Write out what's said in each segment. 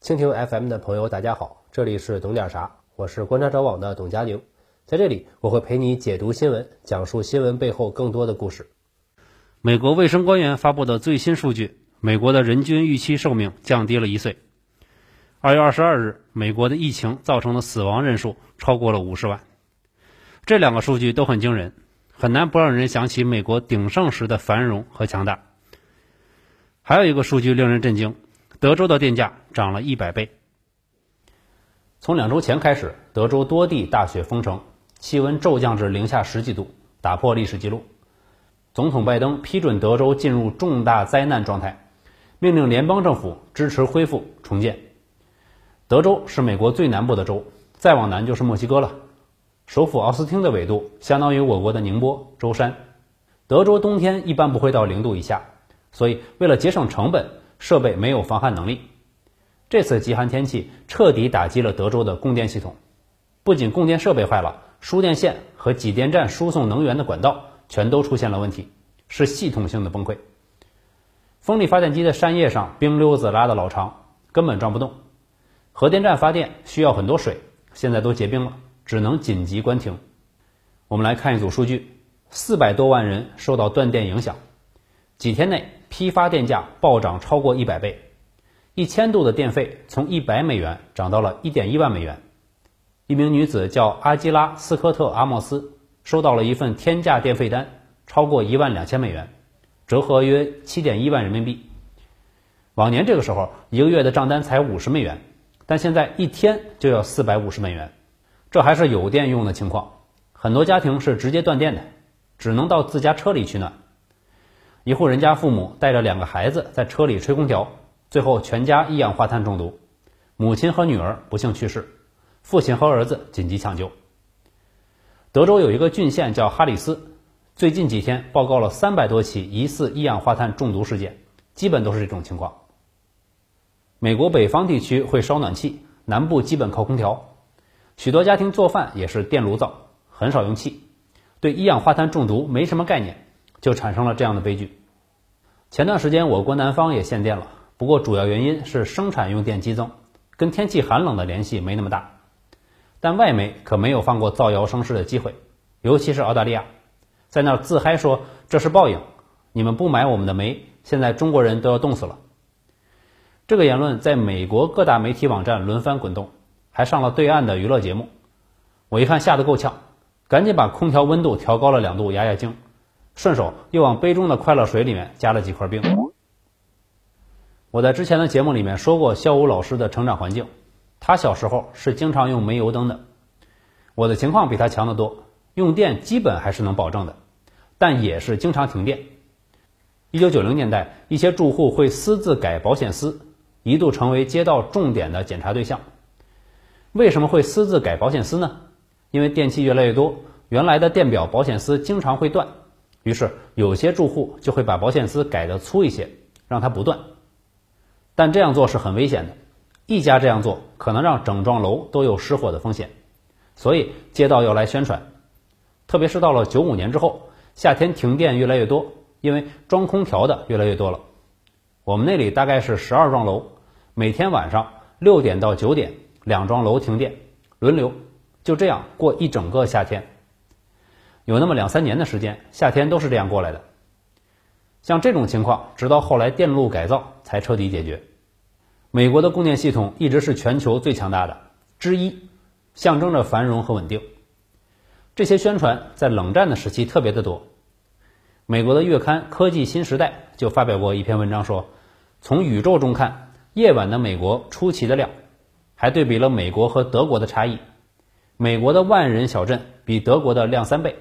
蜻蜓 FM 的朋友大家好，这里是懂点啥，我是观察者网的董佳宁。在这里我会陪你解读新闻，讲述新闻背后更多的故事。 美国卫生官员发布的最新数据，美国的人均预期寿命降低了1岁。2月22日，美国的疫情造成的死亡人数超过了50万。这两个数据都很惊人，很难不让人想起美国鼎盛时的繁荣和强大。还有一个数据令人震惊，德州的电价涨了100倍。 从2周前开始，德州多地大雪封城，气温骤降至零下10几度，打破历史记录。总统拜登批准德州进入重大灾难状态，命令联邦政府支持恢复重建。德州是美国最南部的州，再往南就是墨西哥了。首府奥斯汀的纬度相当于我国的宁波、舟山。德州冬天一般不会到0度以下，所以为了节省成本，设备没有防寒能力。这次极寒天气彻底打击了德州的供电系统，不仅供电设备坏了，输电线和给电站输送能源的管道全都出现了问题，是系统性的崩溃。风力发电机的扇叶上冰溜子拉得老长，根本转不动。核电站发电需要很多水，现在都结冰了，只能紧急关停。我们来看一组数据，400多万人受到断电影响，几天内批发电价暴涨超过100倍，1000度的电费从100美元涨到了1.1万美元。一名女子叫阿基拉·斯科特·阿莫斯，收到了一份天价电费单，超过12000美元，折合约7.1万人民币。往年这个时候一个月的账单才50美元，但现在一天就要450美元，这还是有电用的情况。很多家庭是直接断电的，只能到自家车里取暖。一户人家父母带着2个孩子在车里吹空调，最后全家一氧化碳中毒，母亲和女儿不幸去世，父亲和儿子紧急抢救。德州有一个郡县叫哈里斯，最近几天报告了300多起疑似一氧化碳中毒事件，基本都是这种情况。美国北方地区会烧暖气，南部基本靠空调，许多家庭做饭也是电炉灶，很少用气，对一氧化碳中毒没什么概念，就产生了这样的悲剧。前段时间我国南方也限电了，不过主要原因是生产用电激增，跟天气寒冷的联系没那么大。但外媒可没有放过造谣生事的机会，尤其是澳大利亚，在那儿自嗨说这是报应，你们不买我们的煤，现在中国人都要冻死了。这个言论在美国各大媒体网站轮番滚动，还上了对岸的娱乐节目。我一看吓得够呛，赶紧把空调温度调高了2度压压惊，顺手又往杯中的快乐水里面加了几块冰。我在之前的节目里面说过肖武老师的成长环境，他小时候是经常用煤油灯的。我的情况比他强得多，用电基本还是能保证的，但也是经常停电。1990年代，一些住户会私自改保险丝，一度成为街道重点的检查对象。为什么会私自改保险丝呢？因为电器越来越多，原来的电表保险丝经常会断，于是有些住户就会把保险丝改得粗一些，让它不断。但这样做是很危险的，一家这样做可能让整幢楼都有失火的风险，所以街道要来宣传。特别是到了95年之后，夏天停电越来越多，因为装空调的越来越多了。我们那里大概是12幢楼，每天晚上6点到9点2幢楼停电，轮流，就这样过一整个夏天。有那么2-3年的时间，夏天都是这样过来的。像这种情况，直到后来电路改造才彻底解决。美国的供电系统一直是全球最强大的之一，象征着繁荣和稳定。这些宣传在冷战的时期特别的多。美国的月刊《科技新时代》就发表过一篇文章说，从宇宙中看，夜晚的美国出奇的亮，还对比了美国和德国的差异。美国的万人小镇比德国的亮3倍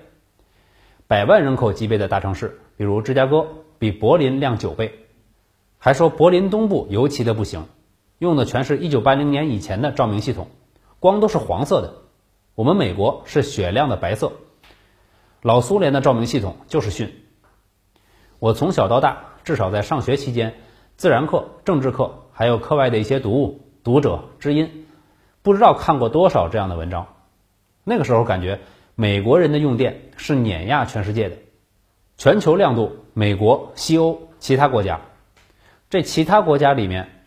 ，100万人口级别的大城市，比如芝加哥，比柏林亮9倍。还说柏林东部尤其的不行，用的全是1980年以前的照明系统，光都是黄色的，我们美国是雪亮的白色。老苏联的照明系统就是逊。我从小到大，至少在上学期间，自然课、政治课，还有课外的一些读物、读者、知音，不知道看过多少这样的文章。那个时候感觉美国人的用电是碾压全世界的，全球亮度美国、西欧、其他国家，这其他国家里面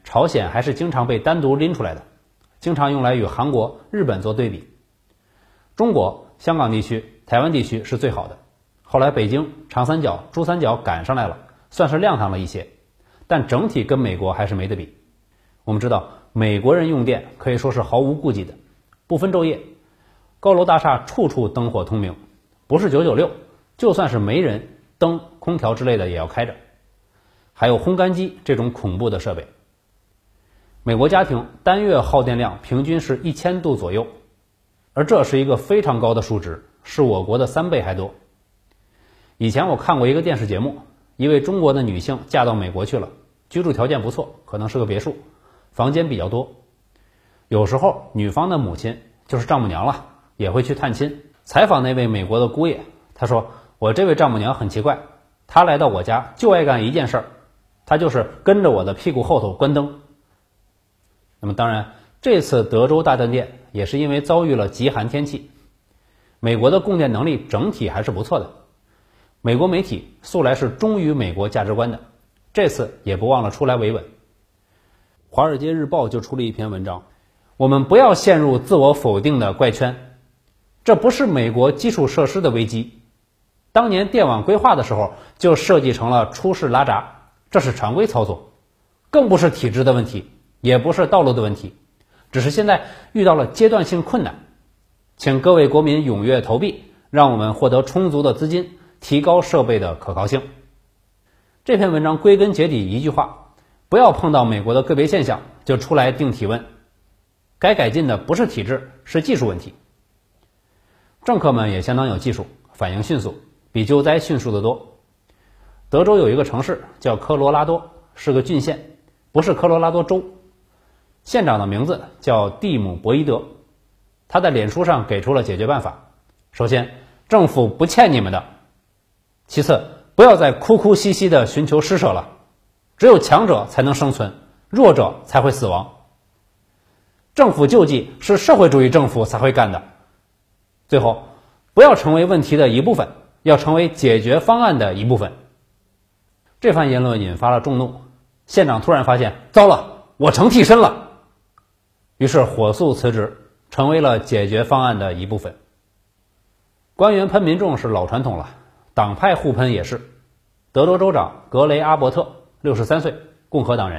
朝鲜还是经常被单独拎出来的，经常用来与韩国、日本做对比。中国、香港地区、台湾地区是最好的，后来北京、长三角、珠三角赶上来了，算是亮堂了一些，但整体跟美国还是没得比。我们知道美国人用电可以说是毫无顾忌的，不分昼夜，高楼大厦处处灯火通明，不是996，就算是没人，灯、空调之类的也要开着，还有烘干机这种恐怖的设备。美国家庭单月耗电量平均是1000度左右，而这是一个非常高的数值，是我国的3倍还多。以前我看过一个电视节目，一位中国的女性嫁到美国去了，居住条件不错，可能是个别墅，房间比较多。有时候女方的母亲就是丈母娘了，也会去探亲。采访那位美国的姑爷，他说我这位丈母娘很奇怪，她来到我家就爱干一件事儿，她就是跟着我的屁股后头关灯。那么当然，这次德州大断电也是因为遭遇了极寒天气，美国的供电能力整体还是不错的。美国媒体素来是忠于美国价值观的，这次也不忘了出来维稳。华尔街日报就出了一篇文章，我们不要陷入自我否定的怪圈，这不是美国基础设施的危机，当年电网规划的时候就设计成了出事拉闸，这是常规操作，更不是体制的问题，也不是道路的问题，只是现在遇到了阶段性困难，请各位国民踊跃投币，让我们获得充足的资金，提高设备的可靠性。这篇文章归根结底一句话，不要碰到美国的个别现象就出来定体问，该改进的不是体制，是技术问题。政客们也相当有技术，反应迅速，比救灾迅速得多。德州有一个城市叫科罗拉多，是个郡县，不是科罗拉多州。县长的名字叫蒂姆·博伊德，他在脸书上给出了解决办法。首先，政府不欠你们的；其次，不要再哭哭兮兮地寻求施舍了，只有强者才能生存，弱者才会死亡。政府救济是社会主义政府才会干的。最后，不要成为问题的一部分，要成为解决方案的一部分。这番言论引发了众怒，县长突然发现，糟了，我成替身了，于是火速辞职，成为了解决方案的一部分。官员喷民众是老传统了，党派互喷也是。德州州长格雷阿伯特63岁，共和党人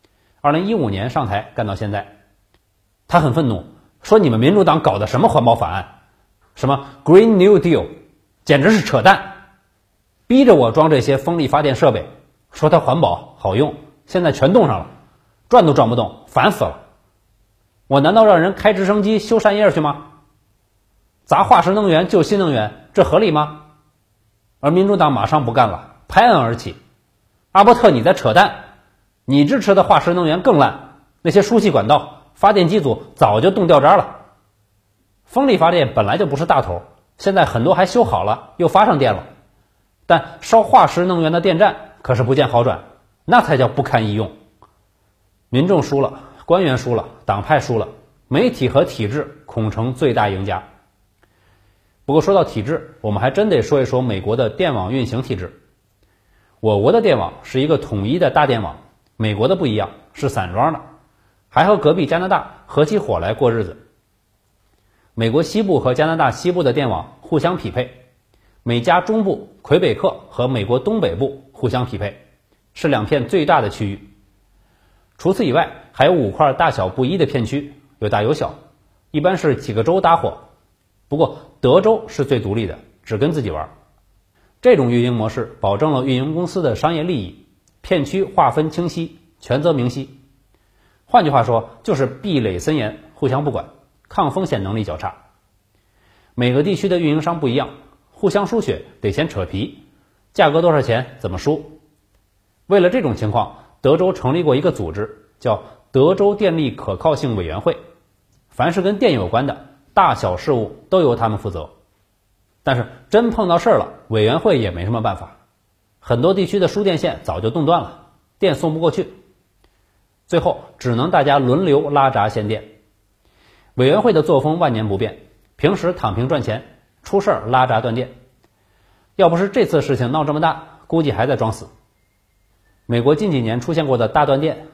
，2015年上台干到现在。他很愤怒，说你们民主党搞的什么环保法案，什么 Green New Deal， 简直是扯淡，逼着我装这些风力发电设备，说它环保好用，现在全冻上了，转都转不动，烦死了。我难道让人开直升机修扇叶去吗？砸化石能源救新能源，这合理吗？而民主党马上不干了，拍案而起，阿伯特你在扯淡，你支持的化石能源更烂，那些输气管道、发电机组早就冻掉渣了。风力发电本来就不是大头，现在很多还修好了，又发上电了，但烧化石能源的电站可是不见好转，那才叫不堪一用。民众输了，官员输了，党派输了，媒体和体制恐成最大赢家。不过说到体制，我们还真得说一说美国的电网运行体制。我国的电网是一个统一的大电网，美国的不一样，是散装的，还和隔壁加拿大合起伙来过日子。美国西部和加拿大西部的电网互相匹配，美加中部、魁北克和美国东北部互相匹配，是2片最大的区域。除此以外，还有5块大小不一的片区，有大有小，一般是几个州搭伙。不过德州是最独立的，只跟自己玩。这种运营模式保证了运营公司的商业利益，片区划分清晰，权责明晰。换句话说，就是壁垒森严，互相不管，抗风险能力较差。每个地区的运营商不一样，互相输血得先扯皮，价格多少钱怎么输。为了这种情况，德州成立过一个组织，叫德州电力可靠性委员会，凡是跟电有关的大小事务都由他们负责。但是真碰到事儿了，委员会也没什么办法，很多地区的输电线早就冻断了，电送不过去，最后只能大家轮流拉闸限电。委员会的作风万年不变，平时躺平赚钱，出事儿拉闸断电。要不是这次事情闹这么大，估计还在装死。美国近几年出现过的大断电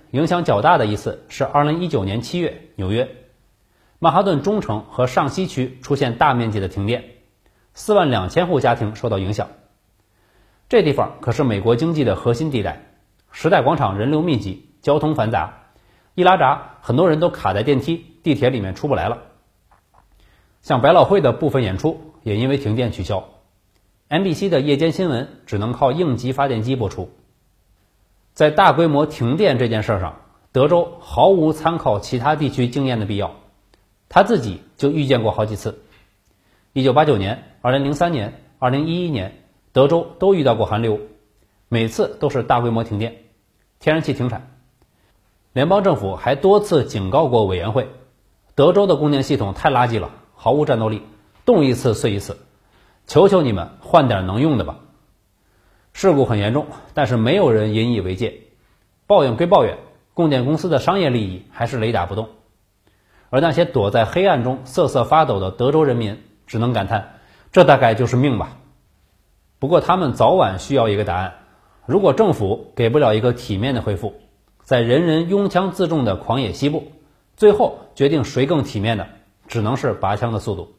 影响较大的一次是2019年7月，纽约曼哈顿中城和上西区出现大面积的停电，42000户家庭受到影响。这地方可是美国经济的核心地带，时代广场人流密集，交通繁杂，一拉闸，很多人都卡在电梯、地铁里面出不来了。像百老汇的部分演出也因为停电取消， NBC 的夜间新闻只能靠应急发电机播出。在大规模停电这件事上，德州毫无参考其他地区经验的必要，他自己就遇见过好几次。1989年、2003年、2011年，德州都遇到过寒流，每次都是大规模停电，天然气停产。联邦政府还多次警告过委员会，德州的供电系统太垃圾了，毫无战斗力，动一次碎一次，求求你们换点能用的吧。事故很严重，但是没有人引以为戒，抱怨归抱怨，供电公司的商业利益还是雷打不动。而那些躲在黑暗中瑟瑟发抖的德州人民只能感叹，这大概就是命吧。不过他们早晚需要一个答案，如果政府给不了一个体面的回复，在人人拥枪自重的狂野西部，最后决定谁更体面的，只能是拔枪的速度。